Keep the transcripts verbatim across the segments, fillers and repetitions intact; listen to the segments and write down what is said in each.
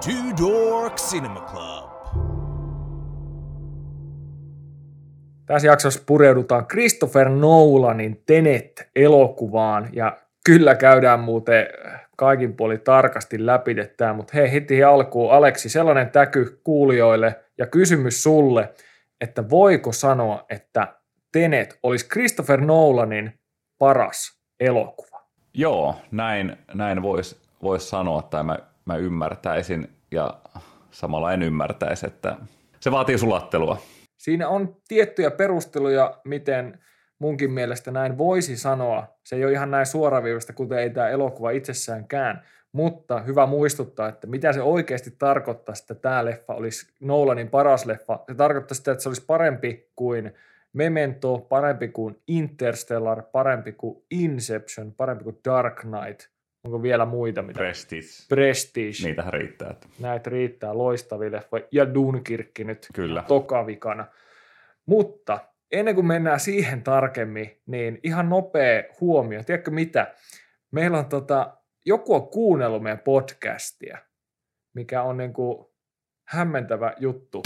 Two Dork Cinema Club. Tässä jaksossa pureudutaan Christopher Nolanin Tenet-elokuvaan ja kyllä käydään muuten kaikin puolin tarkasti läpi tämä, mutta hei heti alkuun Aleksi sellainen täky kuulijoille ja kysymys sulle, että voiko sanoa, että Tenet olisi Christopher Nolanin paras elokuva? Joo, näin, näin voisi vois sanoa tai mä, mä ymmärtäisin ja samalla en ymmärtäisi, että se vaatii sulattelua. Siinä on tiettyjä perusteluja, miten munkin mielestä näin voisi sanoa. Se ei ole ihan näin suoraviivasta, kuten ei tämä elokuva itsessäänkään, mutta hyvä muistuttaa, että mitä se oikeasti tarkoittaa, että tämä leffa olisi Nolanin paras leffa. Se tarkoittaa sitä, että se olisi parempi kuin Memento, parempi kuin Interstellar, parempi kuin Inception, parempi kuin Dark Knight. Onko vielä muita? Mitä? Prestige. Prestige. Niitähän riittää. Että. Näitä riittää, loistavia leffoja. Ja Dunkirkki nyt Kyllä. tokavikana. Mutta ennen kuin mennään siihen tarkemmin, niin ihan nopea huomio. Tiedätkö mitä? Meillä on tota, joku on kuunnellut meidän podcastia, mikä on niin kuin hämmentävä juttu.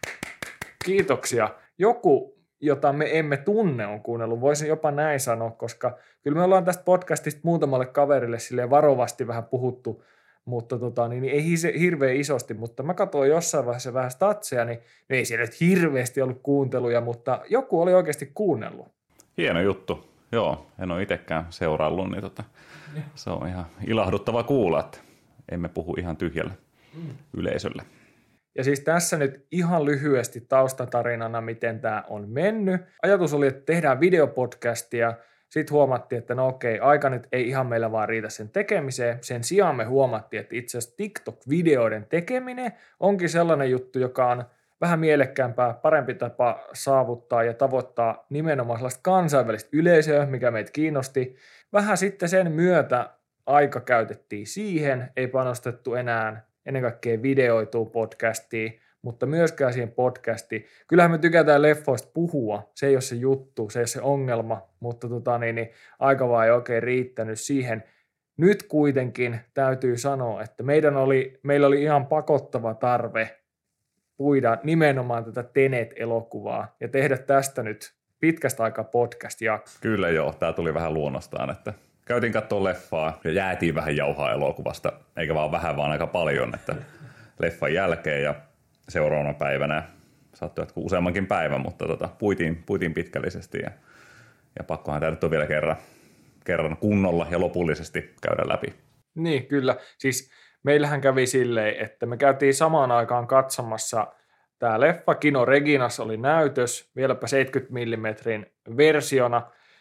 Kiitoksia. Joku, jota me emme tunne, on kuunnellut. Voisin jopa näin sanoa, koska kyllä me ollaan tästä podcastista muutamalle kaverille silleen varovasti vähän puhuttu, mutta tota, niin ei hirveän isosti, mutta mä katsoin jossain vaiheessa vähän statseja, niin ei siellä nyt hirveästi ollut kuunteluja, mutta joku oli oikeasti kuunnellut. Hieno juttu. Joo, en ole itsekään seuraillut, niin tota, se on ihan ilahduttava kuulla, että emme puhu ihan tyhjälle mm. yleisölle. Ja siis tässä nyt ihan lyhyesti taustatarinana, miten tämä on mennyt. Ajatus oli, että tehdään videopodcastia. Sitten huomattiin, että no okei, aika nyt ei ihan meillä vaan riitä sen tekemiseen. Sen sijaan me huomattiin, että itse asiassa TikTok-videoiden tekeminen onkin sellainen juttu, joka on vähän mielekkäämpää, parempi tapa saavuttaa ja tavoittaa nimenomaan sellaista kansainvälistä yleisöä, mikä meitä kiinnosti. Vähän sitten sen myötä aika käytettiin siihen, ei panostettu enää ennen kaikkea videoituu podcastiin, mutta myöskään siihen podcastiin. Kyllähän me tykätään leffoista puhua, se ei ole se juttu, se ei ole se ongelma, mutta tota, niin, niin, aika vaan ei oikein riittänyt siihen. Nyt kuitenkin täytyy sanoa, että meidän oli, meillä oli ihan pakottava tarve puida nimenomaan tätä Tenet-elokuvaa ja tehdä tästä nyt pitkästä aikaa podcast-jakso. Kyllä joo, tämä tuli vähän luonnostaan, että käytiin katsoa leffaa ja jäätiin vähän jauhaa elokuvasta, eikä vaan vähän, vaan aika paljon, että leffan jälkeen ja seuraavana päivänä saattoi jatkuu useammankin päivän, mutta tota, puitiin, puitiin pitkällisesti ja, ja pakkohan tämä nyt on vielä kerran, kerran kunnolla ja lopullisesti käydä läpi. Niin, kyllä. Siis meillähän kävi silleen, että me käytiin samaan aikaan katsomassa tämä leffa, Kino Reginassa oli näytös, vieläpä seitsemänkymmentä millimetrin versiona,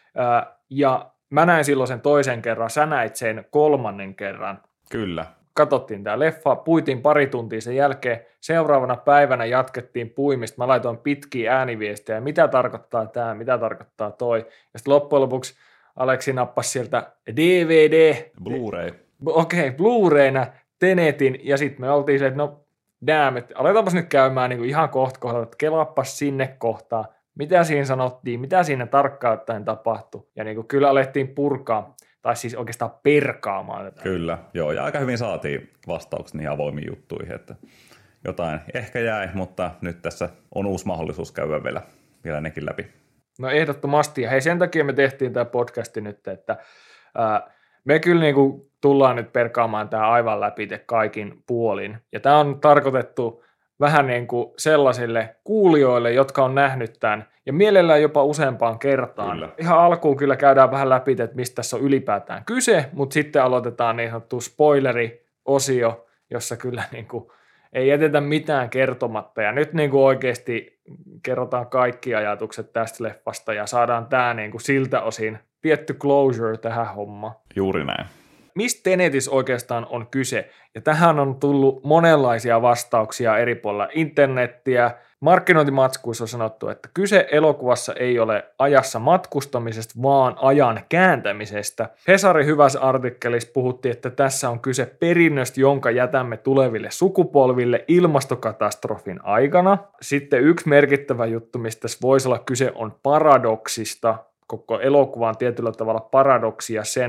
ja mä näin silloin sen toisen kerran, sä näit sen kolmannen kerran. Kyllä. Katsottiin tämä leffa, puitiin pari tuntia sen jälkeen, seuraavana päivänä jatkettiin puimista, mä laitoin pitkiä ääniviestejä, mitä tarkoittaa tämä, mitä tarkoittaa toi, ja sitten loppujen lopuksi Aleksi nappasi sieltä D V D. Blu-ray. Okei, okay, Blu-rayna Tenetin, ja sitten me oltiin se, että no damn, että aletaanpas nyt käymään niin kuin ihan kohta kohdalla, että kelaappas sinne kohtaan, mitä siinä sanottiin, mitä siinä tarkkaan ottaen tapahtui, ja niin kuin kyllä alettiin purkaa, tai siis oikeastaan perkaamaan tätä. Kyllä, joo, ja aika hyvin saatiin vastaukset niihin avoimiin juttuihin, että jotain ehkä jäi, mutta nyt tässä on uusi mahdollisuus käydä vielä, vielä nekin läpi. No ehdottomasti, ja hei sen takia me tehtiin tämä podcasti nyt, että ää, me kyllä niin kuin tullaan nyt perkaamaan tämä aivan läpi kaikin puolin, ja tämä on tarkoitettu vähän niin kuin sellaisille kuulijoille, jotka on nähnyt tämän, ja mielellään jopa useampaan kertaan. Kyllä. Ihan alkuun kyllä käydään vähän läpi, että mistä tässä on ylipäätään kyse, mutta sitten aloitetaan niin sanottu spoileri-osio, jossa kyllä niin kuin ei jätetä mitään kertomatta, ja nyt niin kuin oikeasti kerrotaan kaikki ajatukset tästä leffasta, ja saadaan tämä niin kuin siltä osin tietty closure tähän hommaan. Juuri näin. Mistä Tenetissä oikeastaan on kyse? Ja tähän on tullut monenlaisia vastauksia eri puolilla internettiä. Markkinointimatskuissa on sanottu, että kyse elokuvassa ei ole ajassa matkustamisesta, vaan ajan kääntämisestä. Hesarin hyvässä artikkelissa puhuttiin, että tässä on kyse perinnöstä, jonka jätämme tuleville sukupolville ilmastokatastrofin aikana. Sitten yksi merkittävä juttu, mistä tässä voisi olla kyse, on paradoksista. Koko elokuva on tietyllä tavalla paradoksia sen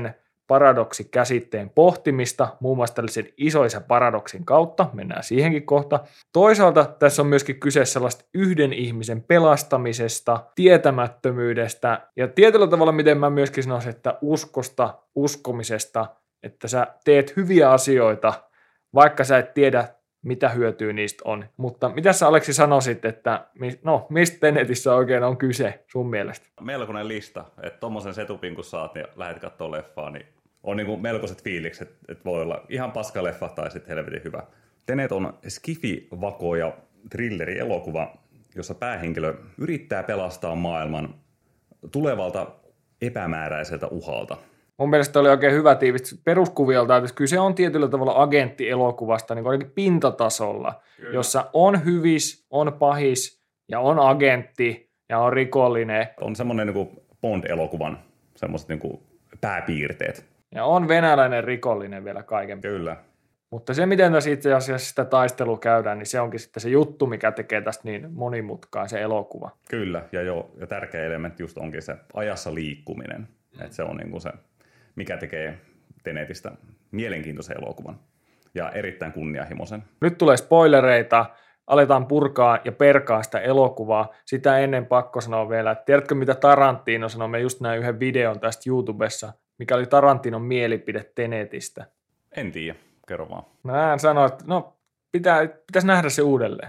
paradoksikäsitteen pohtimista, muun muassa tällaisen isoisä-paradoksin kautta, mennään siihenkin kohta. Toisaalta tässä on myöskin kyse sellaista yhden ihmisen pelastamisesta, tietämättömyydestä ja tietyllä tavalla, miten mä myöskin sanoisin, että uskosta, uskomisesta, että sä teet hyviä asioita, vaikka sä et tiedä, mitä hyötyä niistä on. Mutta mitä sä Aleksi sanoisit, että no, mistä Tenetissä oikein on kyse sun mielestä? Melkoinen lista, että tommosen setupin kun saat ja lähdet katsoa leffaa, niin on niinku melkoiset fiilikset, että voi olla ihan paska leffa tai sitten helvetin hyvä. Tenet on skifi, vako ja thrilleri elokuva, jossa päähenkilö yrittää pelastaa maailman tulevalta epämääräiseltä uhalta. Mun mielestä oli oikein hyvä tiivistys peruskuviolta, että kyse on tietyllä tavalla agenttielokuvasta niin kuin pintatasolla, Kyllä. jossa on hyvis, on pahis ja on agentti ja on rikollinen. On semmoinen niin Bond-elokuvan semmoiset niin pääpiirteet. Ja on venäläinen rikollinen vielä kaiken. Kyllä. Mutta se, miten tässä itse asiassa sitä taistelua käydään, niin se onkin sitten se juttu, mikä tekee tästä niin monimutkaisen elokuva. Kyllä, ja, jo, ja tärkeä elementti just onkin se ajassa liikkuminen. Mm. Että se on niin kuin se, mikä tekee Tenetistä mielenkiintoisen elokuvan ja erittäin kunnianhimoisen. Nyt tulee spoilereita. Aletaan purkaa ja perkaa sitä elokuvaa. Sitä ennen pakko sanoa vielä, että tiedätkö mitä Tarantino sanoi? Me just näin yhden videon tästä YouTubessa, mikä oli Tarantinon mielipide Tenetistä. En tiedä, kerro vaan. No hän sanoi, että no pitää, pitäisi nähdä se uudelleen.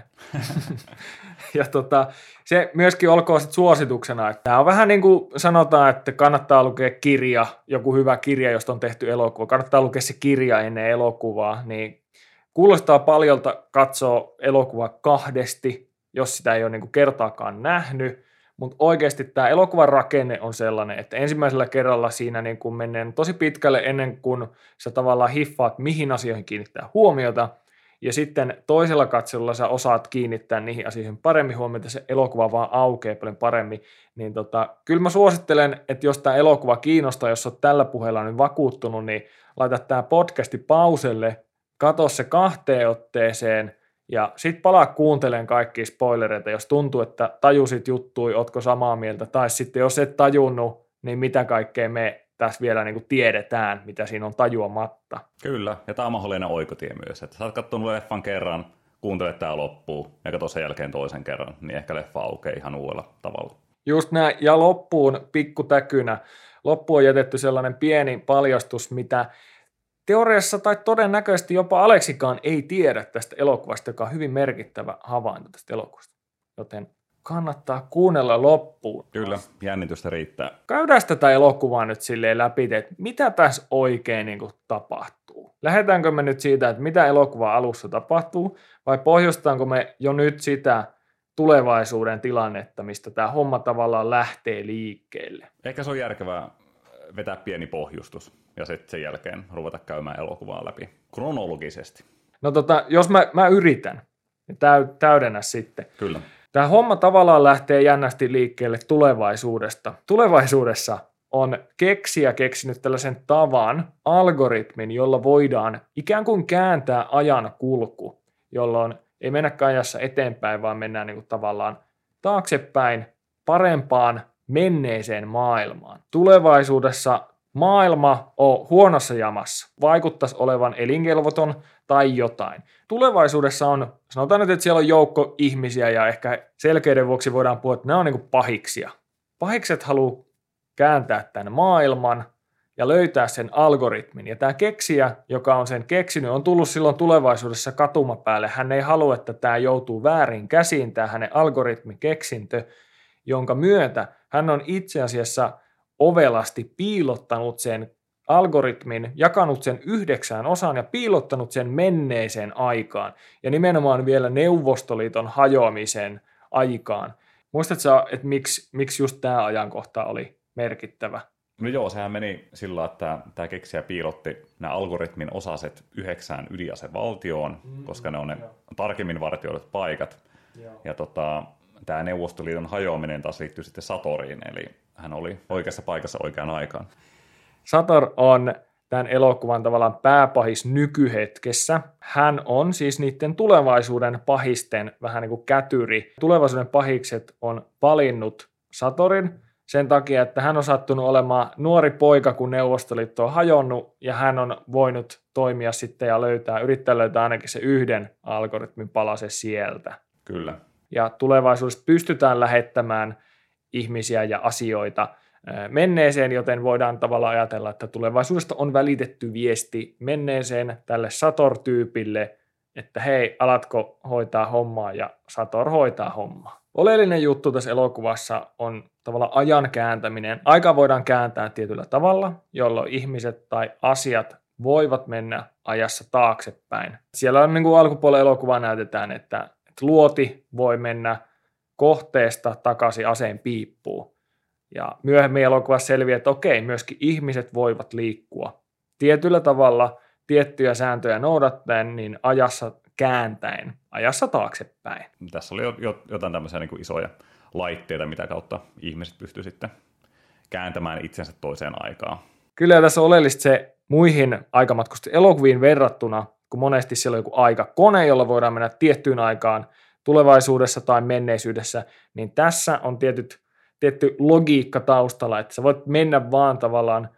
ja tota, se myöskin olkoon sit suosituksena, että tämä on vähän niin kuin sanotaan, että kannattaa lukea kirja, joku hyvä kirja, josta on tehty elokuva. Kannattaa lukea se kirja ennen elokuvaa, niin kuulostaa paljolta katsoa elokuva kahdesti, jos sitä ei ole niin kuin kertaakaan nähnyt, mutta oikeasti tämä elokuvan rakenne on sellainen, että ensimmäisellä kerralla siinä niin kuin menee tosi pitkälle ennen kuin sä tavallaan hiffaat, mihin asioihin kiinnittää huomiota, ja sitten toisella katselulla sä osaat kiinnittää niihin asioihin paremmin huomiota, se elokuva vaan aukeaa paljon paremmin, niin tota, kyllä mä suosittelen, että jos tämä elokuva kiinnostaa, jos oot tällä puheella nyt vakuuttunut, niin laita tämä podcasti pauselle, katso se kahteen otteeseen ja sit palaa kuuntelemaan kaikkia spoilereita, jos tuntuu, että tajusit juttui, ootko samaa mieltä, tai sitten jos et tajunnut, niin mitä kaikkea me tässä vielä niin kuin tiedetään, mitä siinä on tajuamatta. Kyllä, ja tämä on mahdollinen oikotie myös, että sä oot katsonut leffan kerran, kuuntelet tää loppuun ja katso sen jälkeen toisen kerran, niin ehkä leffa aukeaa ihan uudella tavalla. Just näin, ja loppuun pikkutäkynä, loppuun on jätetty sellainen pieni paljastus, mitä teoriassa tai todennäköisesti jopa Aleksikaan ei tiedä tästä elokuvasta, joka on hyvin merkittävä havainto tästä elokuvasta. Joten kannattaa kuunnella loppuun. Kyllä, jännitystä riittää. Käydään tätä elokuvaa nyt silleen läpi, että mitä tässä oikein niin kuin tapahtuu. Lähdetäänkö me nyt siitä, että mitä elokuvan alussa tapahtuu, vai pohjustaanko me jo nyt sitä tulevaisuuden tilannetta, mistä tämä homma tavallaan lähtee liikkeelle? Ehkä se on järkevää vetää pieni pohjustus ja sitten sen jälkeen ruveta käymään elokuvaa läpi kronologisesti. No tota, jos mä, mä yritän, niin täy, täydennä sitten. Kyllä. Tämä homma tavallaan lähtee jännästi liikkeelle tulevaisuudesta. Tulevaisuudessa on keksijä keksinyt tällaisen tavan, algoritmin, jolla voidaan ikään kuin kääntää ajan kulku, jolloin ei mennäkään ajassa eteenpäin, vaan mennään niin kuin tavallaan taaksepäin parempaan menneeseen maailmaan. Tulevaisuudessa maailma on huonossa jamassa, vaikuttaisi olevan elinkelvoton tai jotain. Tulevaisuudessa on, sanotaan nyt, että siellä on joukko ihmisiä ja ehkä selkeyden vuoksi voidaan puhua, että nämä on niin kuin pahiksia. Pahikset haluaa kääntää tämän maailman ja löytää sen algoritmin. Ja tämä keksijä, joka on sen keksinyt, on tullut silloin tulevaisuudessa katumapäälle. Hän ei halua, että tämä joutuu väärin käsiin, tämä hänen algoritmikeksintö, jonka myötä hän on itse asiassa ovelasti piilottanut sen algoritmin, jakanut sen yhdeksään osaan ja piilottanut sen menneeseen aikaan ja nimenomaan vielä Neuvostoliiton hajoamisen aikaan. Muistatko, että miksi, miksi just tämä ajankohta oli merkittävä? No joo, sehän meni sillä, että tämä keksijä piilotti nämä algoritmin osaset yhdeksään ydinasevaltioon, mm-hmm. koska ne on ne joo. tarkemmin vartioidut paikat. Joo. Ja tota, tämä Neuvostoliiton hajoaminen taas liittyy sitten Satoriin, eli hän oli oikeassa paikassa oikeaan aikaan. Sator on tämän elokuvan tavallaan pääpahis nykyhetkessä. Hän on siis niiden tulevaisuuden pahisten vähän niin kuin kätyri. Tulevaisuuden pahikset on valinnut Satorin sen takia, että hän on sattunut olemaan nuori poika, kun Neuvostoliitto on hajonnut, ja hän on voinut toimia sitten ja löytää, yrittää löytää ainakin se yhden algoritmin palasen sieltä. Kyllä. Ja tulevaisuudessa pystytään lähettämään ihmisiä ja asioita menneeseen, joten voidaan tavallaan ajatella, että tulevaisuudesta on välitetty viesti menneeseen tälle Sator-tyypille, että hei, alatko hoitaa hommaa, ja Sator hoitaa hommaa. Oleellinen juttu tässä elokuvassa on tavallaan ajan kääntäminen. Aika voidaan kääntää tietyllä tavalla, jolloin ihmiset tai asiat voivat mennä ajassa taaksepäin. Siellä on niin kuin alkupuolella elokuvaa näytetään, että, että luoti voi mennä kohteesta takaisin aseen piippuun. Ja myöhemmin elokuvassa selviää, että okei, myöskin ihmiset voivat liikkua tietyllä tavalla, tiettyjä sääntöjä noudattaen, niin ajassa kääntäen, ajassa taaksepäin. Tässä oli jotain tämmöisiä niin kuin isoja laitteita, mitä kautta ihmiset pystyivät sitten kääntämään itsensä toiseen aikaan. Kyllä, ja tässä on oleellista se muihin aikamatkusten elokuviin verrattuna, kun monesti siellä on joku aikakone, jolla voidaan mennä tiettyyn aikaan tulevaisuudessa tai menneisyydessä, niin tässä on tietyt, tietty logiikka taustalla, että sä voit mennä vaan tavallaan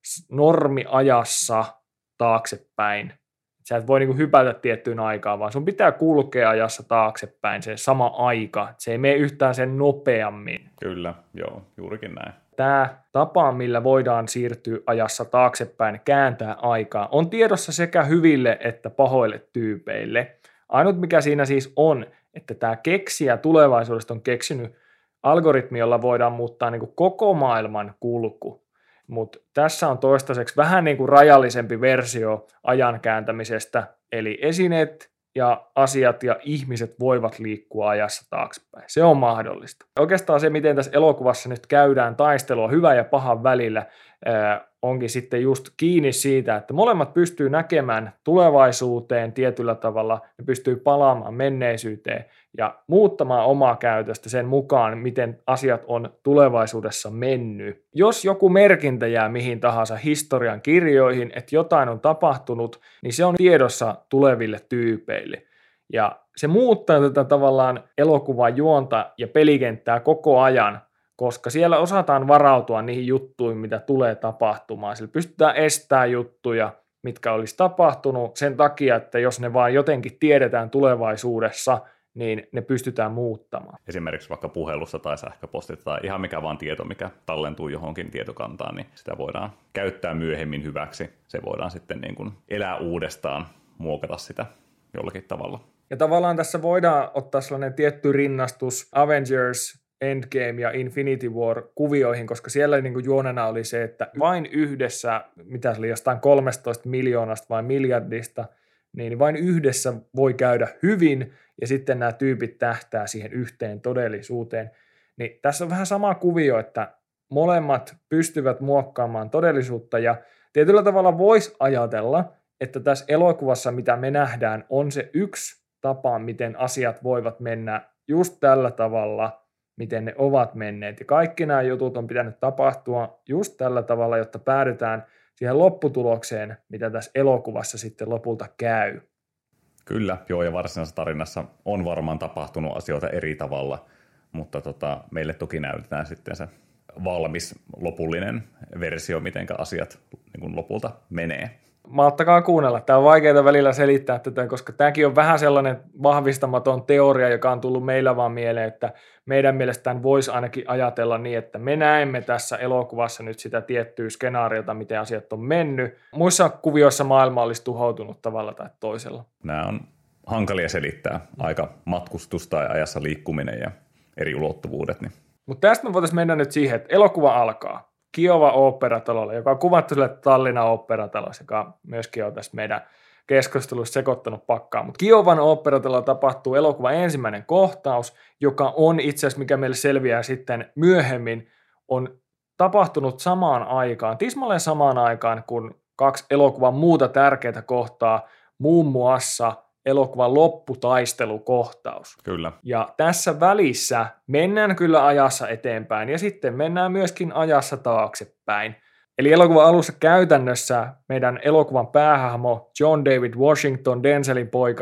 normiajassa taaksepäin. Sä et voi niinku hypätä tiettyyn aikaan, vaan sun pitää kulkea ajassa taaksepäin se sama aika. Se ei mene yhtään sen nopeammin. Kyllä, joo, juurikin näin. Tämä tapa, millä voidaan siirtyä ajassa taaksepäin, kääntää aikaa, on tiedossa sekä hyville että pahoille tyypeille. Ainut mikä siinä siis on, että tämä keksijä tulevaisuudesta on keksinyt algoritmi, jolla voidaan muuttaa niinku koko maailman kulku. Mutta tässä on toistaiseksi vähän niin kuin rajallisempi versio ajan kääntämisestä, eli esineet ja asiat ja ihmiset voivat liikkua ajassa taaksepäin. Se on mahdollista. Oikeastaan se, miten tässä elokuvassa nyt käydään taistelua hyvän ja pahan välillä, ää, onkin sitten just kiinni siitä, että molemmat pystyy näkemään tulevaisuuteen tietyllä tavalla, ne pystyy palaamaan menneisyyteen ja muuttamaan omaa käytöstä sen mukaan, miten asiat on tulevaisuudessa mennyt. Jos joku merkintä jää mihin tahansa historian kirjoihin, että jotain on tapahtunut, niin se on tiedossa tuleville tyypeille. Ja se muuttaa tätä tavallaan elokuvan juonta ja pelikenttää koko ajan, koska siellä osataan varautua niihin juttuihin, mitä tulee tapahtumaan. Sillä pystytään estämään juttuja, mitkä olisi tapahtunut sen takia, että jos ne vaan jotenkin tiedetään tulevaisuudessa, niin ne pystytään muuttamaan. Esimerkiksi vaikka puhelusta tai sähköpostista tai ihan mikä vaan tieto, mikä tallentuu johonkin tietokantaan, niin sitä voidaan käyttää myöhemmin hyväksi. Se voidaan sitten niin kuin elää uudestaan, muokata sitä jollakin tavalla. Ja tavallaan tässä voidaan ottaa sellainen tietty rinnastus Avengers, Endgame ja Infinity War kuvioihin, koska siellä niin kuin juonena oli se, että vain yhdessä, mitä se oli jostain kolmetoista miljoonasta vai miljardista, niin vain yhdessä voi käydä hyvin, ja sitten nämä tyypit tähtää siihen yhteen todellisuuteen. Niin tässä on vähän sama kuvio, että molemmat pystyvät muokkaamaan todellisuutta, ja tietyllä tavalla voisi ajatella, että tässä elokuvassa, mitä me nähdään, on se yksi tapa, miten asiat voivat mennä just tällä tavalla, miten ne ovat menneet. Ja kaikki nämä jutut on pitänyt tapahtua just tällä tavalla, jotta päädytään siihen lopputulokseen, mitä tässä elokuvassa sitten lopulta käy. Kyllä, joo, ja varsinaisessa tarinassa on varmaan tapahtunut asioita eri tavalla, mutta tota, meille toki näytetään sitten se valmis lopullinen versio, miten asiat niin kuin lopulta menee. Malttakaa kuunnella. Tämä on vaikeaa välillä selittää tätä, koska tämäkin on vähän sellainen vahvistamaton teoria, joka on tullut meillä vaan mieleen, että meidän mielestään voisi ainakin ajatella niin, että me näemme tässä elokuvassa nyt sitä tiettyä skenaariota, miten asiat on mennyt. Muissa kuvioissa maailma olisi tuhoutunut tavalla tai toisella. Nämä on hankalia selittää, aika matkustus tai ajassa liikkuminen ja eri ulottuvuudet. Niin. Mutta tästä me voitaisiin mennä nyt siihen, että elokuva alkaa Kiova Oopperatalolla, joka on kuvattu sille Tallinnan Oopperatalossa, joka myöskin on tässä meidän keskustelussa sekoittanut pakkaan. Mutta Kiovan Oopperatalolla tapahtuu elokuvan ensimmäinen kohtaus, joka on itse asiassa, mikä meille selviää sitten myöhemmin, on tapahtunut samaan aikaan, tismalleen samaan aikaan, kun kaksi elokuvan muuta tärkeää kohtaa, muun muassa elokuvan lopputaistelukohtaus. Kyllä. Ja tässä välissä mennään kyllä ajassa eteenpäin ja sitten mennään myöskin ajassa taaksepäin. Eli elokuvan alussa käytännössä meidän elokuvan päähahmo John David Washington, Denzelin poika,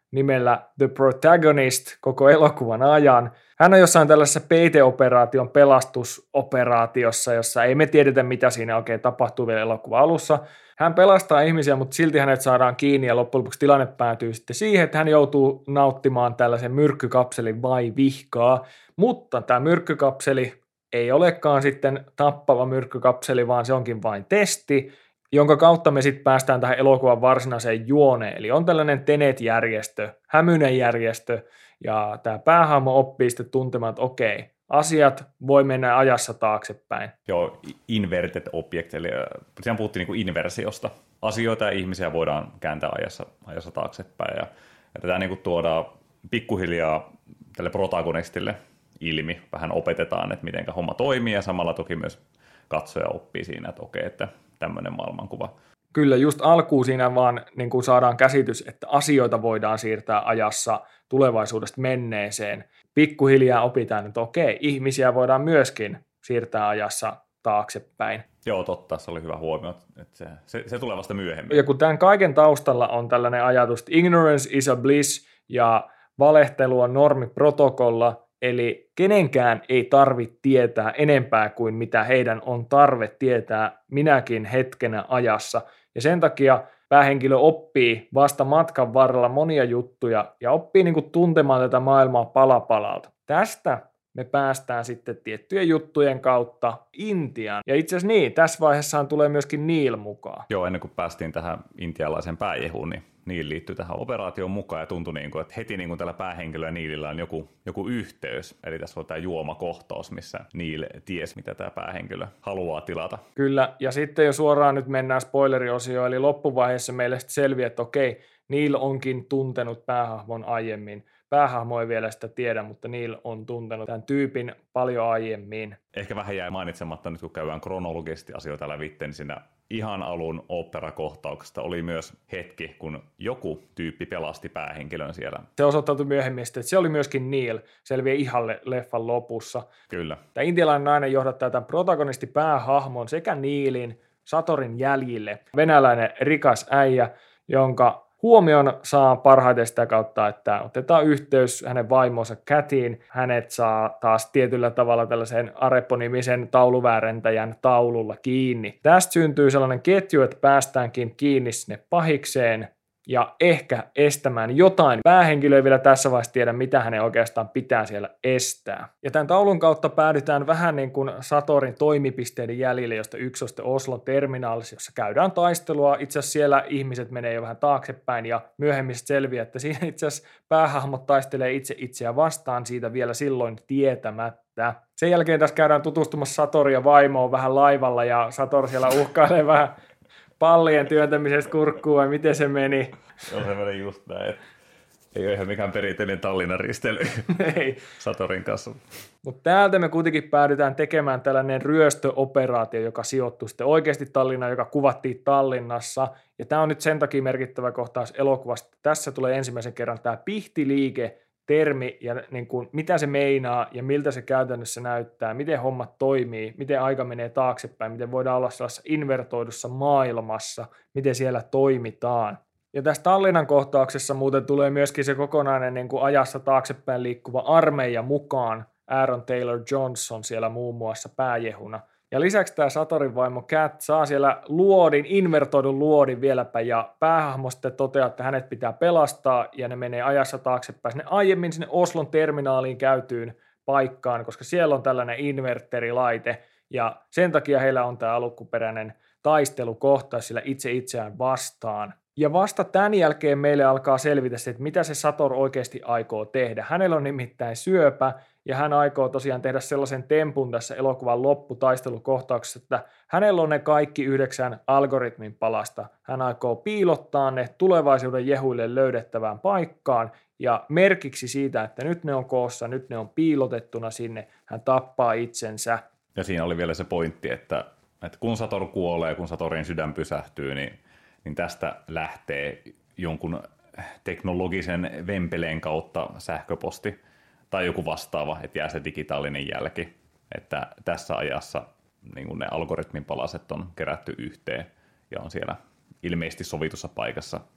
nimellä The Protagonist koko elokuvan ajan. Hän on jossain tällaisessa peiteoperaation pelastusoperaatiossa, jossa ei me tiedetä, mitä siinä oikein tapahtuu vielä elokuvan alussa. Hän pelastaa ihmisiä, mutta silti hänet saadaan kiinni ja loppujen lopuksi tilanne päätyy sitten siihen, että hän joutuu nauttimaan tällaisen myrkkykapselin vai vihkaa, mutta tämä myrkkykapseli ei olekaan sitten tappava myrkkykapseli, vaan se onkin vain testi, jonka kautta me sitten päästään tähän elokuvan varsinaiseen juoneen. Eli on tällainen Tenet-järjestö, hämyinen järjestö, ja tämä päähahmo oppii sitten tuntemaan, että okei, asiat voi mennä ajassa taaksepäin. Joo, inverted object, eli siinä puhuttiin niin kuin inversiosta. Asioita ja ihmisiä voidaan kääntää ajassa, ajassa taaksepäin, ja, ja tätä niin kuin tuodaan pikkuhiljaa tälle protagonistille ilmi, vähän opetetaan, että miten homma toimii, ja samalla toki myös katsoja oppii siinä, että okei, että tämmöinen maailmankuva. Kyllä, just alkuun siinä vaan niin kuin saadaan käsitys, että asioita voidaan siirtää ajassa tulevaisuudesta menneeseen. Pikkuhiljaa opitaan, että okei, ihmisiä voidaan myöskin siirtää ajassa taaksepäin. Joo, totta, se oli hyvä huomio, että se, se, se tulee vasta myöhemmin. Ja kun tämän kaiken taustalla on tällainen ajatus, että ignorance is a bliss ja valehtelu on normiprotokolla, eli kenenkään ei tarvitse tietää enempää kuin mitä heidän on tarve tietää minäkin hetkenä ajassa. Ja sen takia päähenkilö oppii vasta matkan varrella monia juttuja ja oppii niin kuin tuntemaan tätä maailmaa pala palalta. Tästä me päästään sitten tiettyjen juttujen kautta Intiaan. Ja itse asiassa niin, tässä vaiheessaan tulee myöskin Neil mukaan. Joo, ennen kuin päästiin tähän intialaisen pääjehuun, niin Neil liittyy tähän operaatioon mukaan ja tuntui, niin kuin, että heti niin kuin tällä päähenkilöllä ja Neilillä on joku, joku yhteys. Eli tässä on tämä juomakohtaus, missä Neil ties, mitä tämä päähenkilö haluaa tilata. Kyllä, ja sitten jo suoraan nyt mennään spoileriosioon, eli loppuvaiheessa meille sitten selviää, että okei, Neil onkin tuntenut päähahmon aiemmin. Päähahmo ei vielä sitä tiedä, mutta Neil on tuntenut tämän tyypin paljon aiemmin. Ehkä vähän jäi mainitsematta nyt, kun käydään kronologisesti asioita lävitse, niin siinä ihan alun operakohtauksesta oli myös hetki, kun joku tyyppi pelasti päähenkilön siellä. Se osoittautui myöhemmin, että se oli myöskin Neil, selviää ihan leffan lopussa. Kyllä. Tämä intialainen nainen johdattaa tämän protagonistipäähahmon sekä Neilin Satorin jäljille. Venäläinen rikas äijä, jonka huomion saa parhaiten sitä kautta, että otetaan yhteys hänen vaimonsa Cathyyn. Hänet saa taas tietyllä tavalla tällaisen Arepo-nimisen tauluväärentäjän taululla kiinni. Tästä syntyy sellainen ketju, että päästäänkin kiinni sinne pahikseen ja ehkä estämään jotain. Päähenkilö ei vielä tässä vaiheessa tiedä, mitä hänen oikeastaan pitää siellä estää. Ja tämän taulun kautta päädytään vähän niin kuin Satorin toimipisteiden jäljille, josta yksi on sitten Oslon terminaalissa, jossa käydään taistelua. Itse asiassa siellä ihmiset menee jo vähän taaksepäin ja myöhemmin selviää, että siinä itse asiassa päähahmot taistelee itse itseään vastaan siitä vielä silloin tietämättä. Sen jälkeen tässä käydään tutustumassa Satorin ja vaimoon vähän laivalla ja Sator siellä uhkailee vähän pallien työntämisestä kurkkuun vai miten se meni? Joo, se meni just näin. Ei ole ihan mikään perinteinen Tallinnan risteily Ei. Satorin kanssa. Mutta täältä me kuitenkin päädytään tekemään tällainen ryöstöoperaatio, joka sijoittuu sitten oikeasti Tallinnaan, joka kuvattiin Tallinnassa. Ja tämä on nyt sen takia merkittävä kohtaus elokuvasta. Tässä tulee ensimmäisen kerran tämä pihtiliike, termi ja niin kuin, mitä se meinaa ja miltä se käytännössä näyttää, miten hommat toimii, miten aika menee taaksepäin, miten voidaan olla sellaisessa invertoidussa maailmassa, miten siellä toimitaan. Ja tässä Tallinnan kohtauksessa muuten tulee myöskin se kokonainen niin kuin ajassa taaksepäin liikkuva armeija mukaan, Aaron Taylor Johnson siellä muun muassa pääjehuna. Ja lisäksi tämä Satorin vaimo Cat saa siellä luodin, invertoidun luodin vieläpä, ja päähahmo sitten toteaa, että hänet pitää pelastaa, ja ne menee ajassa taaksepäin sinne aiemmin sinne Oslon terminaaliin käytyyn paikkaan, koska siellä on tällainen inverterilaite, ja sen takia heillä on tämä alkuperäinen taistelukohtaus sillä itse itseään vastaan. Ja vasta tämän jälkeen meille alkaa selvitä se, että mitä se Sator oikeasti aikoo tehdä. Hänellä on nimittäin syöpä, ja hän aikoo tosiaan tehdä sellaisen tempun tässä elokuvan lopputaistelukohtauksessa, että hänellä on ne kaikki yhdeksän algoritmin palasta. Hän aikoo piilottaa ne tulevaisuuden jehuille löydettävään paikkaan, ja merkiksi siitä, että nyt ne on koossa, nyt ne on piilotettuna sinne, hän tappaa itsensä. Ja siinä oli vielä se pointti, että, että kun Sator kuolee, kun Satorin sydän pysähtyy, niin niin tästä lähtee jonkun teknologisen vempeleen kautta sähköposti tai joku vastaava, että jää se digitaalinen jälki, että tässä ajassa niin kun ne algoritmin palaset on kerätty yhteen ja on siellä ilmeisesti sovitussa paikassa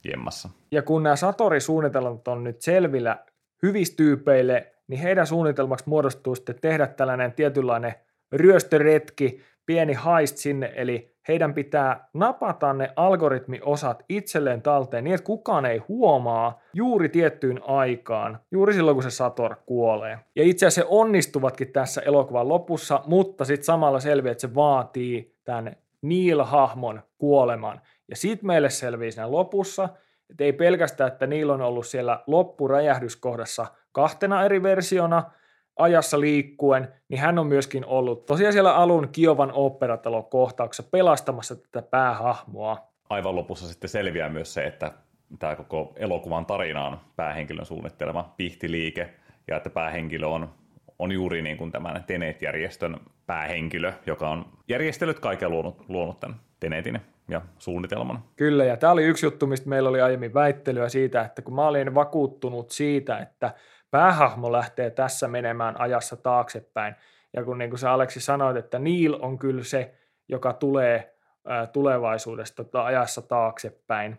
jemmassa. Ja kun nämä Satori-suunnitelmat on nyt selvillä hyvistyypeille, niin heidän suunnitelmaksi muodostuu sitten tehdä tällainen tietynlainen ryöstöretki, pieni heist sinne, eli heidän pitää napata ne algoritmiosat itselleen talteen niin, että kukaan ei huomaa juuri tiettyyn aikaan, juuri silloin kun se Sator kuolee. Ja itse asiassa he onnistuvatkin tässä elokuvan lopussa, mutta sitten samalla selviää, että se vaatii tämän Neil-hahmon kuoleman. Ja siitä meille selviää siinä lopussa, että ei pelkästään, että Neil on ollut siellä loppuräjähdyskohdassa kahtena eri versiona, ajassa liikkuen, niin hän on myöskin ollut tosiaan siellä alun Kiovan oopperatalon-kohtauksessa pelastamassa tätä päähahmoa. Aivan lopussa sitten selviää myös se, että tämä koko elokuvan tarina on päähenkilön suunnittelema pihtiliike, ja että päähenkilö on, on juuri niin kuin tämän Tenet-järjestön päähenkilö, joka on järjestellyt kaiken luonut, luonut tämän Tenetin ja suunnitelman. Kyllä, ja tämä oli yksi juttu, mistä meillä oli aiemmin väittelyä siitä, että kun mä olin vakuuttunut siitä, että päähahmo lähtee tässä menemään ajassa taaksepäin. Ja kun niin kuin sä Aleksi sanoit, että Neil on kyllä se, joka tulee ää, tulevaisuudesta tota, ajassa taaksepäin.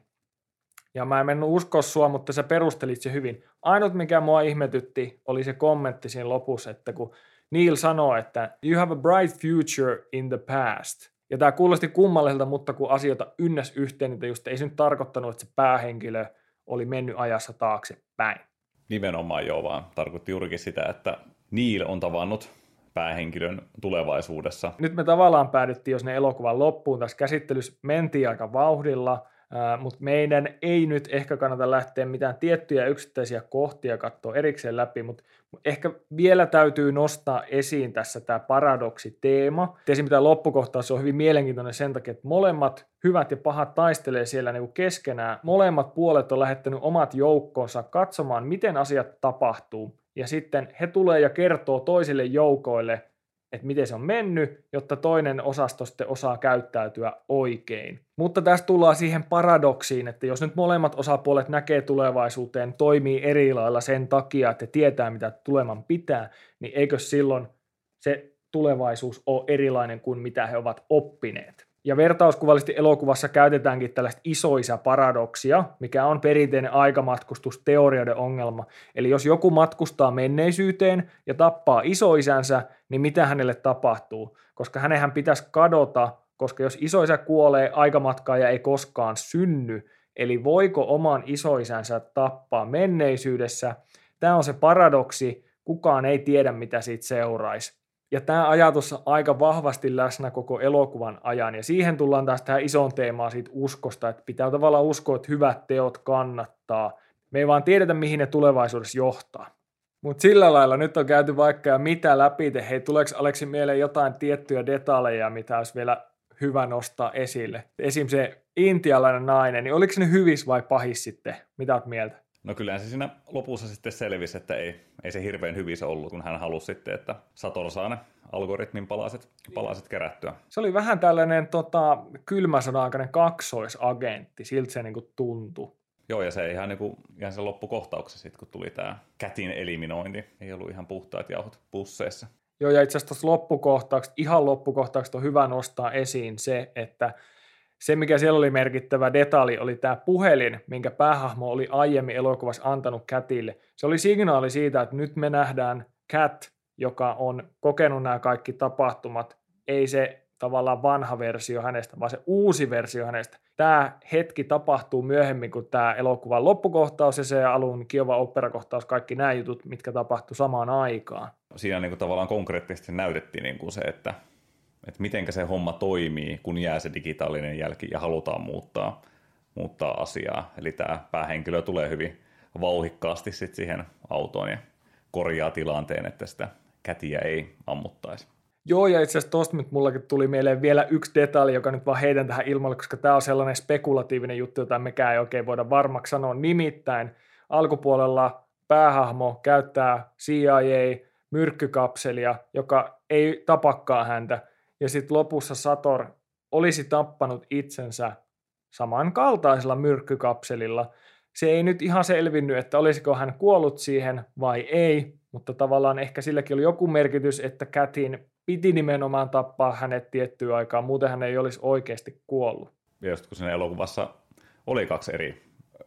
Ja mä en mennyt uskoa sua, mutta sä perustelit se hyvin. Ainut, mikä mua ihmetytti, oli se kommentti siinä lopussa, että kun Neil sanoo, että you have a bright future in the past. Ja tämä kuulosti kummalliselta, mutta kun asioita ynnäs yhteen, niin just ei se nyt tarkoittanut, että se päähenkilö oli mennyt ajassa taaksepäin. Nimenomaan joo, vaan tarkoitti juurikin sitä, että Neil on tavannut päähenkilön tulevaisuudessa. Nyt me tavallaan päädyttiin, jos ne elokuvan loppuun tässä käsittelyssä mentiin aika vauhdilla, ää, mutta meidän ei nyt ehkä kannata lähteä mitään tiettyjä yksittäisiä kohtia katsoa erikseen läpi, mutta ehkä vielä täytyy nostaa esiin tässä tämä paradoksiteema. Esimerkiksi tämä loppukohtaus on hyvin mielenkiintoinen sen takia, että molemmat hyvät ja pahat taistelee siellä niin kuin keskenään. Molemmat puolet on lähettänyt omat joukkonsa katsomaan, miten asiat tapahtuu. Ja sitten he tulee ja kertoo toisille joukoille, että miten se on mennyt, jotta toinen osasto sitten osaa käyttäytyä oikein. Mutta tässä tullaan siihen paradoksiin, että jos nyt molemmat osapuolet näkee tulevaisuuteen, toimii eri lailla sen takia, että tietää mitä tuleman pitää, niin eikö silloin se tulevaisuus ole erilainen kuin mitä he ovat oppineet. Ja vertauskuvallisesti elokuvassa käytetäänkin tällaista isoisä-paradoksia, mikä on perinteinen aikamatkustusteorioiden ongelma. Eli jos joku matkustaa menneisyyteen ja tappaa isoisänsä, niin mitä hänelle tapahtuu? Koska hänenhän pitäisi kadota, koska jos isoisä kuolee, aikamatkaaja ei koskaan synny. Eli voiko oman isoisänsä tappaa menneisyydessä? Tämä on se paradoksi, kukaan ei tiedä mitä siitä seuraisi. Ja tämä ajatus on aika vahvasti läsnä koko elokuvan ajan, ja siihen tullaan taas tähän isoon teemaan siitä uskosta, että pitää tavallaan uskoa, että hyvät teot kannattaa. Me ei vaan tiedetä, mihin ne tulevaisuudessa johtaa. Mutta sillä lailla nyt on käyty vaikka ja mitä läpi, te hei, tuleeko Aleksi mieleen jotain tiettyjä detaljeja, mitä olisi vielä hyvä nostaa esille? Esim. Se intialainen nainen, niin oliko se nyt hyvis vai pahis sitten? Mitä olet mieltä? No kyllähän se siinä lopussa sitten selvisi, että ei, ei se hirveän hyvissä ollut, kun hän halusi sitten, että Sator saa ne algoritmin palaset, palaset kerättyä. Se oli vähän tällainen tota, kylmä sodan-aikainen kaksoisagentti, siltä se niinku tuntui. Joo, ja se ihan, niinku, ihan se loppukohtauksessa sitten, kun tuli tämä kätin eliminointi, ei ollut ihan puhtaat jauhot pusseissa. Joo, ja itse asiassa tuossa loppukohtauksesta, ihan loppukohtauksesta on hyvä nostaa esiin se, että se, mikä siellä oli merkittävä detalji, oli tämä puhelin, minkä päähahmo oli aiemmin elokuvassa antanut Catille. Se oli signaali siitä, että nyt me nähdään Cat, joka on kokenut nämä kaikki tapahtumat, ei se tavallaan vanha versio hänestä, vaan se uusi versio hänestä. Tämä hetki tapahtuu myöhemmin kuin tämä elokuvan loppukohtaus ja se alun Kiovan oopperakohtaus, kaikki nämä jutut, mitkä tapahtuu samaan aikaan. Siinä niin kuin tavallaan konkreettisesti näytettiin niin kuin se, että että miten se homma toimii, kun jää se digitaalinen jälki ja halutaan muuttaa, muuttaa asiaa. Eli tämä päähenkilö tulee hyvin vauhikkaasti sit siihen autoon ja korjaa tilanteen, että sitä kätiä ei ammuttaisi. Joo, ja itse asiassa tuosta nyt mullakin tuli mieleen vielä yksi detalji, joka nyt vaan heidän tähän ilmalle, koska tämä on sellainen spekulatiivinen juttu, jota mekään ei oikein voida varmaksi sanoa. Nimittäin alkupuolella päähahmo käyttää C I A-myrkkykapselia, joka ei tapakaan häntä. Ja sitten lopussa Sator olisi tappanut itsensä samankaltaisella myrkkykapselilla. Se ei nyt ihan selvinnyt, että olisiko hän kuollut siihen vai ei, mutta tavallaan ehkä silläkin oli joku merkitys, että Catin piti nimenomaan tappaa hänet tiettyä aikaa, muuten hän ei olisi oikeasti kuollut. Ja just kun siinä elokuvassa oli kaksi eri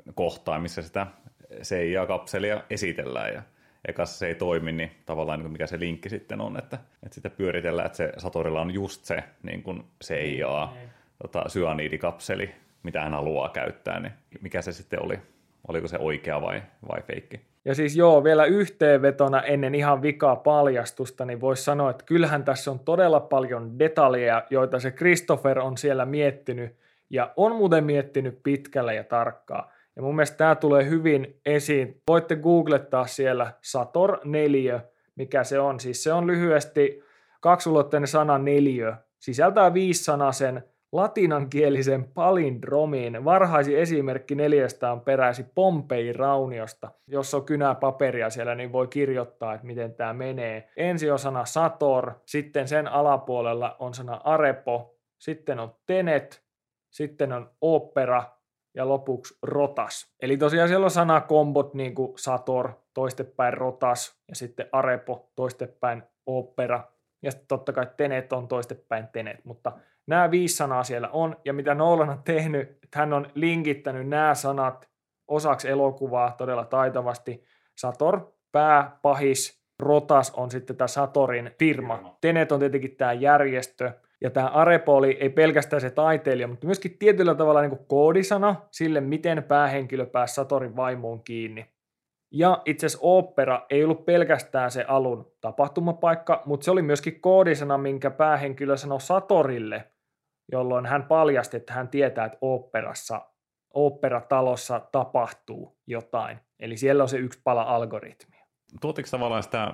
kohtaa, missä sitä C I A-kapselia esitellään ja ekassa se ei toimi, niin tavallaan niin mikä se linkki sitten on, että, että sitä pyöritellään, että se Satorilla on just se niin kuin C I A, tota, syanidikapseli, mitä hän haluaa käyttää, niin mikä se sitten oli? Oliko se oikea vai, vai feikki? Ja siis joo, vielä yhteenvetona ennen ihan vikaa paljastusta, niin voisi sanoa, että kyllähän tässä on todella paljon detaljeja, joita se Christopher on siellä miettinyt, ja on muuten miettinyt pitkälle ja tarkkaan. Ja mun mielestä tämä tulee hyvin esiin. Voitte googlettaa siellä Sator neljä, mikä se on. Siis se on lyhyesti kaksulotteinen sana neliö. Sisältää viissanasen latinankielisen palindromiin. Varhaisin esimerkki neljästä on peräisin Pompein rauniosta. Jos on kynää paperia siellä, niin voi kirjoittaa, että miten tämä menee. Ensin on sana Sator, sitten sen alapuolella on sana Arepo, sitten on Tenet, sitten on Opera ja lopuksi Rotas. Eli tosiaan siellä on sanakombot niin kuin Sator, toistepäin Rotas ja sitten Arepo, toistepäin Opera. Ja sitten totta kai Tenet on toistepäin Tenet, mutta nämä viisi sanaa siellä on, ja mitä Nolan on tehnyt, että hän on linkittänyt nämä sanat osaksi elokuvaa todella taitavasti. Sator, pää, pahis, Rotas on sitten tämä Satorin firma. Tenet on tietenkin tämä järjestö, ja tämä Arepo oli ei pelkästään se taiteilija, mutta myöskin tietyllä tavalla niin kuin koodisana sille, miten päähenkilö pääsi Satorin vaimoon kiinni. Ja itse asiassa Opera ei ollut pelkästään se alun tapahtumapaikka, mutta se oli myöskin koodisana, minkä päähenkilö sanoi Satorille, jolloin hän paljasti, että hän tietää, että oopperassa, oopperatalossa tapahtuu jotain. Eli siellä on se yksi pala algoritmia. Tuotiko tavallaan sitä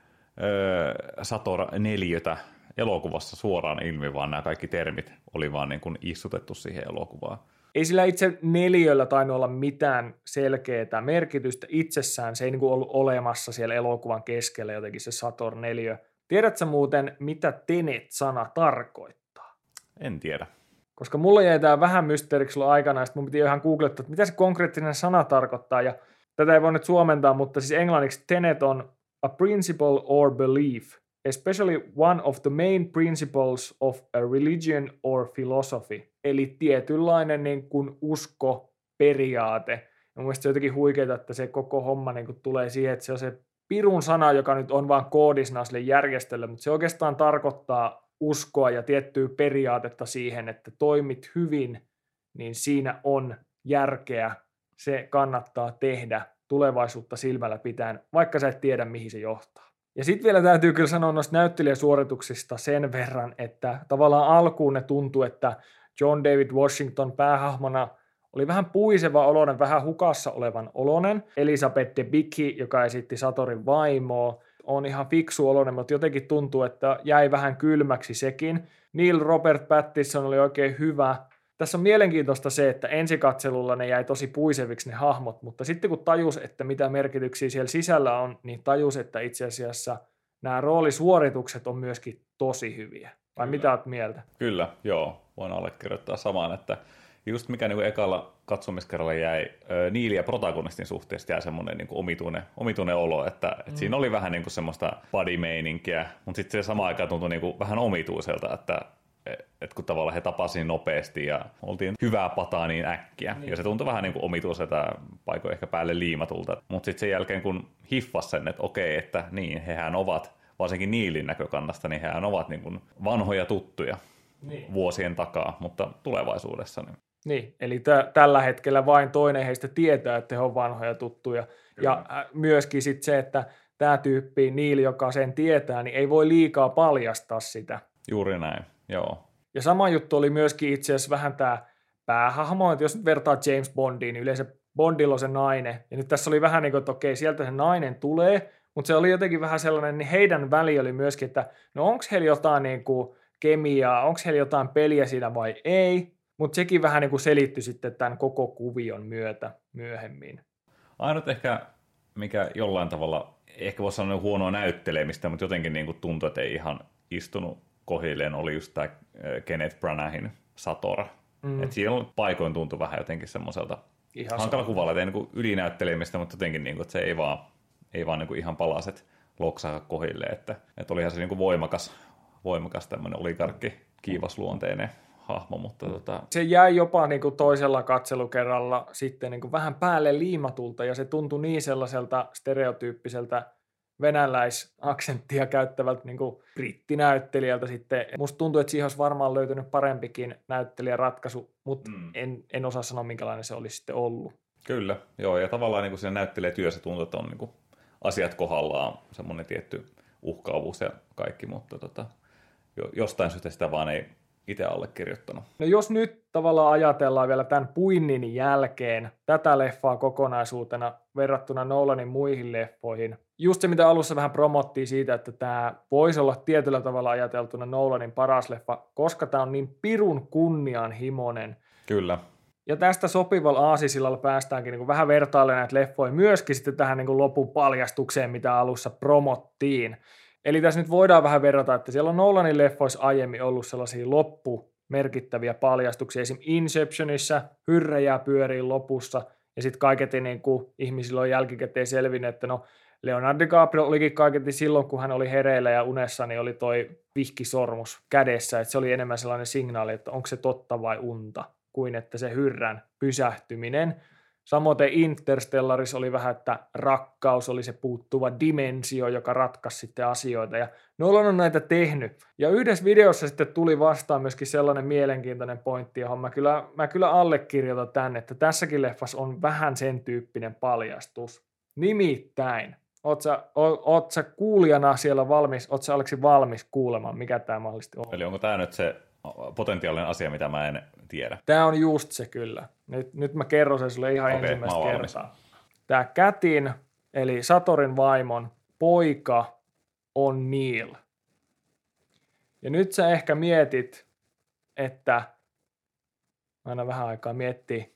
öö, Sator neliötä elokuvassa suoraan ilmi, vaan nämä kaikki termit oli vaan niin kuin istutettu siihen elokuvaan? Ei sillä itse neliöllä tainnut olla mitään selkeää merkitystä itsessään. Se ei niin kuin ollut olemassa siellä elokuvan keskellä jotenkin se Sator neliö. Tiedätkö muuten, mitä Tenet-sana tarkoittaa? En tiedä. Koska mulla jäi tämä vähän mysteeriksi sulla aikana, ja sitten mun piti ihan googlettaa, että mitä se konkreettinen sana tarkoittaa. Ja tätä ei voi nyt suomentaa, mutta siis englanniksi Tenet on a principle or belief, especially one of the main principles of a religion or philosophy. Eli tietynlainen niin kuin usko, periaate. Ja mun mielestä se on jotenkin huikeaa, että se koko homma niin kuin tulee siihen, että se on se pirun sana, joka nyt on vaan koodisana sille järjestölle, mutta se oikeastaan tarkoittaa uskoa ja tiettyä periaatetta siihen, että toimit hyvin, niin siinä on järkeä. Se kannattaa tehdä tulevaisuutta silmällä pitäen, vaikka sä et tiedä, mihin se johtaa. Ja sitten vielä täytyy kyllä sanoa noista näyttelijäsuorituksista sen verran, että tavallaan alkuun ne tuntui, että John David Washington päähahmona oli vähän puiseva oloinen, vähän hukassa olevan oloinen. Elizabeth Debicki, joka esitti Satorin vaimoa, on ihan fiksu oloinen, mutta jotenkin tuntuu, että jäi vähän kylmäksi sekin. Neil Robert Pattinson oli oikein hyvä. Tässä on mielenkiintoista se, että ensikatselulla ne jäi tosi puiseviksi ne hahmot, mutta sitten kun tajus, että mitä merkityksiä siellä sisällä on, niin tajus, että itse asiassa nämä roolisuoritukset on myöskin tosi hyviä. Vai Kyllä. mitä olet mieltä? Kyllä, joo. Voin allekirjoittaa samaan, että just mikä niin kuin ekalla katsomiskerralla jäi Neil ja protagonistin suhteesta jäi semmoinen niin kuin omituinen, omituinen olo, että, että mm. siinä oli vähän niin kuin semmoista buddy-meininkiä, mutta sitten se samaan aikaan tuntui niin kuin vähän omituiselta, että että kun tavallaan he tapasivat nopeasti ja oltiin hyvää pataa niin äkkiä. Niin. Ja se tuntui vähän niin kuin omituiselta, paikoin ehkä päälle liimatulta. Mutta sitten sen jälkeen kun hiffasi sen, että okei, että niin, hehän ovat, varsinkin Neilin näkökannasta, niin hehän ovat niin kuin vanhoja tuttuja niin. vuosien takaa, mutta tulevaisuudessa. Niin, niin eli t- tällä hetkellä vain toinen heistä tietää, että he ovat vanhoja tuttuja. Kyllä. Ja äh, myöskin sit se, että tämä tyyppi Neil, joka sen tietää, niin ei voi liikaa paljastaa sitä. Juuri näin. Joo. Ja sama juttu oli myöskin itse asiassa vähän tämä päähahmo, että jos nyt vertaa James Bondiin, niin yleensä Bondilla on se nainen. Ja nyt tässä oli vähän niin kuin, että okei, sieltä se nainen tulee, mutta se oli jotenkin vähän sellainen, niin heidän väli oli myöskin, että no onko heillä jotain niin kuin kemiaa, onko heillä jotain peliä siinä vai ei, mutta sekin vähän niin kuin selittyi sitten tämän koko kuvion myötä myöhemmin. Ainut ehkä, mikä jollain tavalla, ehkä voisi sanoa huonoa näyttelemistä, mutta jotenkin niin kuin tuntui, että ei ihan istunut kohilleen, oli just tämä Kenneth Branaughin Sator. Mm. Että siinä paikoin tuntui vähän jotenkin semmoiselta hankala kuvalla, että ei niin kuin ylinäyttelemistä, mutta jotenkin, niin kuin, että se ei vaan, ei vaan niin kuin ihan palaset loksaa kohilleen. Että, että olihan se niin kuin voimakas, voimakas tämmöinen oligarkki, kiivasluonteinen hahmo, mutta tota... Se jäi jopa niin kuin toisella katselukerralla sitten niin kuin vähän päälle liimatulta, ja se tuntui niin sellaiselta stereotyyppiseltä venäläisaksenttia käyttävältä niin kuin brittinäyttelijältä sitten. Musta tuntuu, että siihen olisi varmaan löytynyt parempikin näyttelijäratkaisu, mutta mm. en, en osaa sanoa, minkälainen se olisi sitten ollut. Kyllä, joo, ja tavallaan niin kuin siinä näyttelijätyössä tuntuu, että on niin kuin asiat kohdallaan, semmoinen tietty uhkaavuus ja kaikki, mutta tota, jostain syystä sitä vaan ei itse allekirjoittanut. No jos nyt tavallaan ajatellaan vielä tämän puinnin jälkeen tätä leffaa kokonaisuutena verrattuna Nolanin muihin leffoihin, just se mitä alussa vähän promottiin siitä, että tämä voisi olla tietyllä tavalla ajateltuna Nolanin paras leffa, koska tämä on niin pirun kunnianhimoinen. Kyllä. Ja tästä sopivalla aasisillalla päästäänkin niin kuin vähän vertailemaan näitä leffoja myöskin sitten tähän niin kuin lopun paljastukseen, mitä alussa promottiin. Eli tässä nyt voidaan vähän verrata, että siellä on Nolanin leffoissa aiemmin ollut sellaisia loppumerkittäviä paljastuksia. Esimerkiksi Inceptionissa hyrräjää pyörii lopussa, ja sitten kaiketi niin kuin ihmisillä on jälkikäteen selvinnyt, että no Leonardo DiCaprio olikin kaiketi silloin, kun hän oli hereillä ja unessa, niin oli toi vihkisormus kädessä, että se oli enemmän sellainen signaali, että onko se totta vai unta, kuin että se hyrrän pysähtyminen. Samoin Interstellarissa oli vähän, että rakkaus oli se puuttuva dimensio, joka ratkaisi sitten asioita, ja Nolan on näitä tehnyt. Ja yhdessä videossa sitten tuli vastaan myöskin sellainen mielenkiintoinen pointti, johon mä kyllä, mä kyllä allekirjoitan tämän, että tässäkin leffassa on vähän sen tyyppinen paljastus. Nimittäin, oot sä, o, oot sä kuulijana siellä valmis, oot sä Aleksi valmis kuulemaan, mikä tämä mahdollisesti on? Eli onko tämä nyt se potentiaalinen asia, mitä mä en tiedä? Tämä on just se kyllä. Nyt, nyt mä kerron sen sulle ihan Okei, ensimmäistä kertaa. Tämä Catin, eli Satorin vaimon poika on Neil. Ja nyt sä ehkä mietit, että aina vähän aikaa miettii.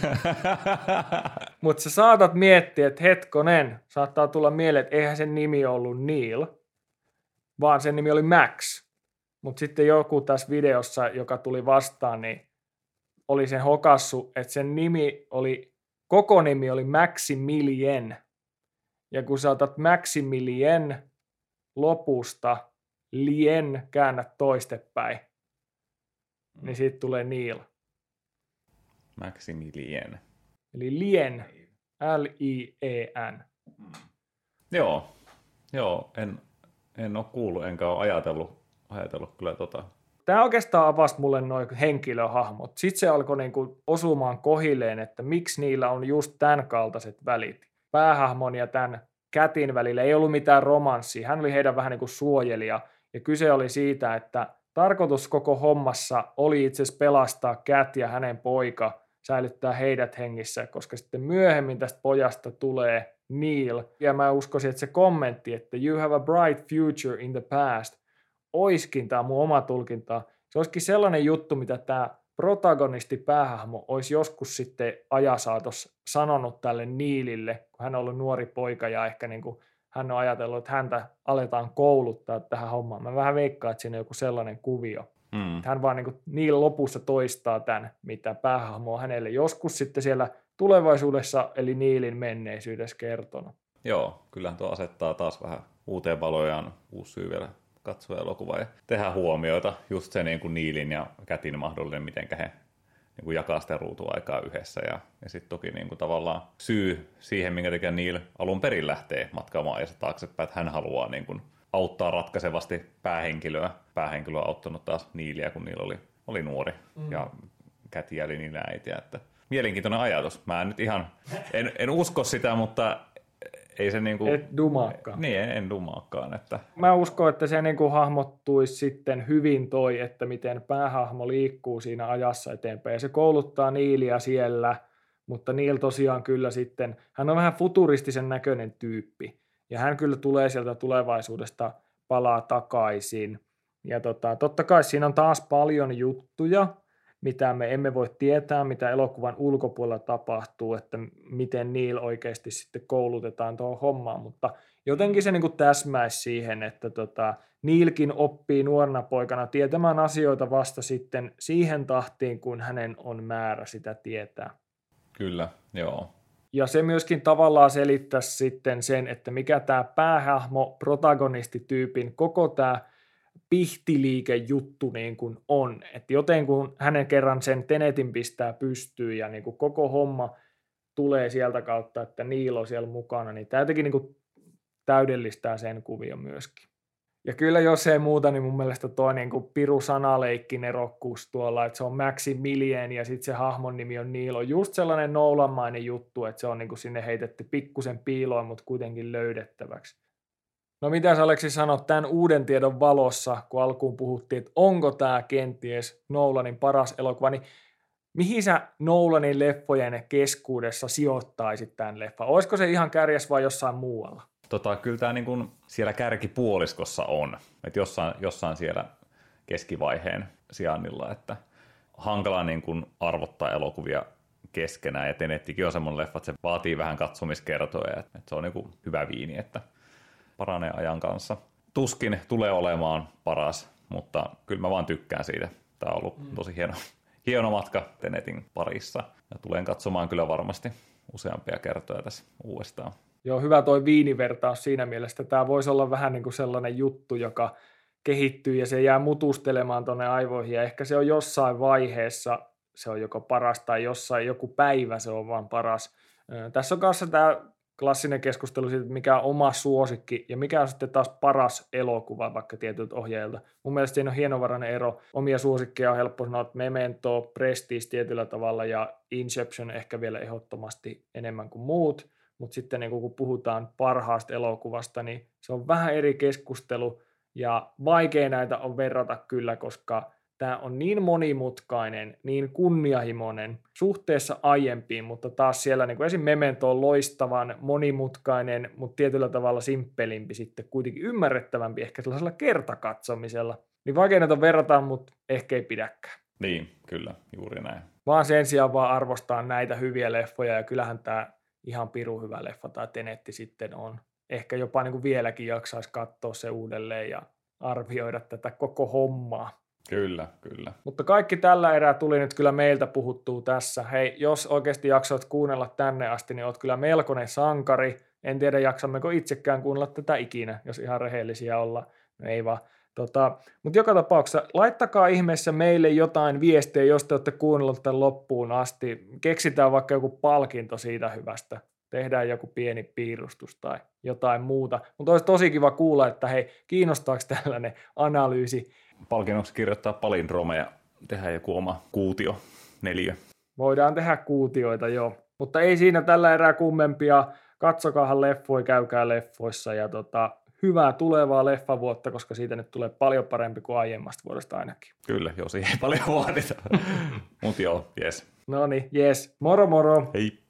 Mutta sä saatat miettiä, että hetkonen, saattaa tulla mieleen, että eihän sen nimi ollut Neil, vaan sen nimi oli Max. Mutta sitten joku tässä videossa, joka tuli vastaan, niin oli sen hokassu, että sen nimi oli, koko nimi oli Maximilien. Ja kun sä otat Maximilien lopusta, lien käännät toistepäin, niin siitä tulee Neil. Maximilien. Eli lien, L I E N. Joo, joo en, en ole kuullut enkä ole ajatellut, ajatellut kyllä tota. Tämä oikeastaan avasi mulle noin henkilöhahmot. Sitten se alkoi niinku osumaan kohilleen, että miksi niillä on just tämän kaltaiset välit. Päähahmon ja tämän Catin välillä ei ollut mitään romanssia. Hän oli heidän vähän niin kuin suojelija. Ja kyse oli siitä, että tarkoitus koko hommassa oli itse asiassa pelastaa Cat ja hänen poika, säilyttää heidät hengissä, koska sitten myöhemmin tästä pojasta tulee Neil. Ja mä uskoisin, että se kommentti, että you have a bright future in the past, oiskin, tämä on mun oma tulkinta, se olisikin sellainen juttu, mitä tämä protagonisti päähahmo olisi joskus sitten ajasaatossa sanonut tälle Neilille, kun hän on ollut nuori poika ja ehkä niin kuin hän on ajatellut, että häntä aletaan kouluttaa tähän hommaan. Mä vähän veikkaan, että siinä on joku sellainen kuvio. Mm. Hän vaan niin kuin Neil lopussa toistaa tämän, mitä päähahmo on hänelle joskus sitten siellä tulevaisuudessa, eli Neilin menneisyydessä kertonut. Joo, kyllähän tuo asettaa taas vähän uuteen valojaan uusi syy vielä katsoa elokuvaa ja tehdä huomioita. Just se niin kuin Neilin ja Catin mahdollinen, miten he niin kuin jakaa sitä ruutuaikaa yhdessä. Ja, ja sitten toki niin kuin tavallaan syy siihen, minkä takia Neil alun perin lähtee matkaamaan ajassa taaksepäin, että hän haluaa niin kuin auttaa ratkaisevasti päähenkilöä. Päähenkilö on auttanut taas Neilia, kun Neil oli, oli nuori mm. ja Catia oli Neilin äitiä. Että mielenkiintoinen ajatus. Mä en nyt ihan, en, en usko sitä, mutta ei se niinku... Et dumaakaan. Niin, en, en dumaakaan. Että... Mä uskon, että se niinku hahmottuisi sitten hyvin toi, että miten päähahmo liikkuu siinä ajassa eteenpäin. Ja se kouluttaa Neilia siellä, mutta Neil tosiaan kyllä sitten, hän on vähän futuristisen näköinen tyyppi. Ja hän kyllä tulee sieltä tulevaisuudesta, palaa takaisin. Ja tota, totta kai siinä on taas paljon juttuja, mitä me emme voi tietää, mitä elokuvan ulkopuolella tapahtuu, että miten Neil oikeasti sitten koulutetaan tuohon hommaan, mutta jotenkin se niin kuin täsmäisi siihen, että tota, Neilkin oppii nuorena poikana tietämään asioita vasta sitten siihen tahtiin, kun hänen on määrä sitä tietää. Kyllä, joo. Ja se myöskin tavallaan selittäisi sitten sen, että mikä tämä päähahmo, protagonistityypin, koko tämä pihtiliikejuttu niin kuin on. Että joten kun hänen kerran sen Tenetin pistää pystyyn ja niin kuin koko homma tulee sieltä kautta, että Neil on siellä mukana, niin tämä jotenkin niin kuin täydellistää sen kuvion myöskin. Ja kyllä jos ei muuta, niin mun mielestä tuo niin kuin piru sanaleikki nerokkuus tuolla, että se on Maximilian ja sitten se hahmon nimi on Neil, on just sellainen Nolan-mainen juttu, että se on niin kuin sinne heitetty pikkusen piiloon, mutta kuitenkin löydettäväksi. No mitä sä Aleksi sanot tämän uuden tiedon valossa, kun alkuun puhuttiin, että onko tämä kenties Nolanin paras elokuva, niin mihin sä Nolanin leffojen keskuudessa sijoittaisit tämän leffan? Olisiko se ihan kärjessä vai jossain muualla? Tota, kyllä tämä niin kuin siellä kärkipuoliskossa on, että jossain, jossain siellä keskivaiheen sijainnilla, että hankala niin kuin arvottaa elokuvia keskenään, ja Tenettikin on semmoinen leffa, että se vaatii vähän katsomiskertoja, että se on niin kuin hyvä viini, että paranee ajan kanssa. Tuskin tulee olemaan paras, mutta kyllä mä vaan tykkään siitä. Tämä on ollut tosi hieno, hieno matka Tenetin parissa, ja tulen katsomaan kyllä varmasti useampia kertoja tässä uudestaan. Joo, hyvä toi viinivertaus siinä mielessä. Tämä voisi olla vähän niin kuin sellainen juttu, joka kehittyy ja se jää mutustelemaan tuonne aivoihin ja ehkä se on jossain vaiheessa, se on joko paras tai jossain joku päivä se on vaan paras. Tässä on kanssa tämä klassinen keskustelu siitä, että mikä on oma suosikki ja mikä on sitten taas paras elokuva vaikka tietyiltä ohjaajilta. Mun mielestä siinä on hienovarainen ero. Omia suosikkeja on helppo sanoa, että Memento, Prestige tietyllä tavalla ja Inception ehkä vielä ehdottomasti enemmän kuin muut. Mutta sitten niin kun puhutaan parhaasta elokuvasta, niin se on vähän eri keskustelu ja vaikea näitä on verrata kyllä, koska tämä on niin monimutkainen, niin kunnianhimoinen suhteessa aiempiin, mutta taas siellä niin kuin esim. Memento on loistavan monimutkainen, mutta tietyllä tavalla simppelimpi sitten kuitenkin ymmärrettävämpi ehkä sellaisella kertakatsomisella. Niin vaikea näitä verrata, mutta ehkä ei pidäkään. Niin, kyllä, juuri näin. Vaan sen sijaan vaan arvostaa näitä hyviä leffoja ja kyllähän tämä ihan pirun hyvä leffa tai Tenetti sitten on. Ehkä jopa niin kuin vieläkin jaksaisi katsoa se uudelleen ja arvioida tätä koko hommaa. Kyllä, kyllä. Mutta kaikki tällä erää tuli nyt kyllä meiltä puhuttuu tässä. Hei, jos oikeasti jaksoit kuunnella tänne asti, niin oot kyllä melkoinen sankari. En tiedä, jaksammeko itsekään kuunnella tätä ikinä, jos ihan rehellisiä olla. No ei vaan. Tota, mutta joka tapauksessa laittakaa ihmeessä meille jotain viestiä, jos te olette kuunnelleet tämän loppuun asti. Keksitään vaikka joku palkinto siitä hyvästä. Tehdään joku pieni piirustus tai jotain muuta. Mutta olisi tosi kiva kuulla, että hei, kiinnostaako tällainen analyysi. Palkinnoksi kirjoittaa palindrome ja tehdään joku oma kuutio, neliö. Voidaan tehdä kuutioita, joo. Mutta ei siinä tällä erää kummempia. Katsokaahan leffoja, käykää leffoissa ja tota, hyvää tulevaa leffavuotta, koska siitä nyt tulee paljon parempi kuin aiemmasta vuodesta ainakin. Kyllä, joo, siihen ei paljon vaadita. Mut joo, jes. Noniin, jes. Moro moro. Hei.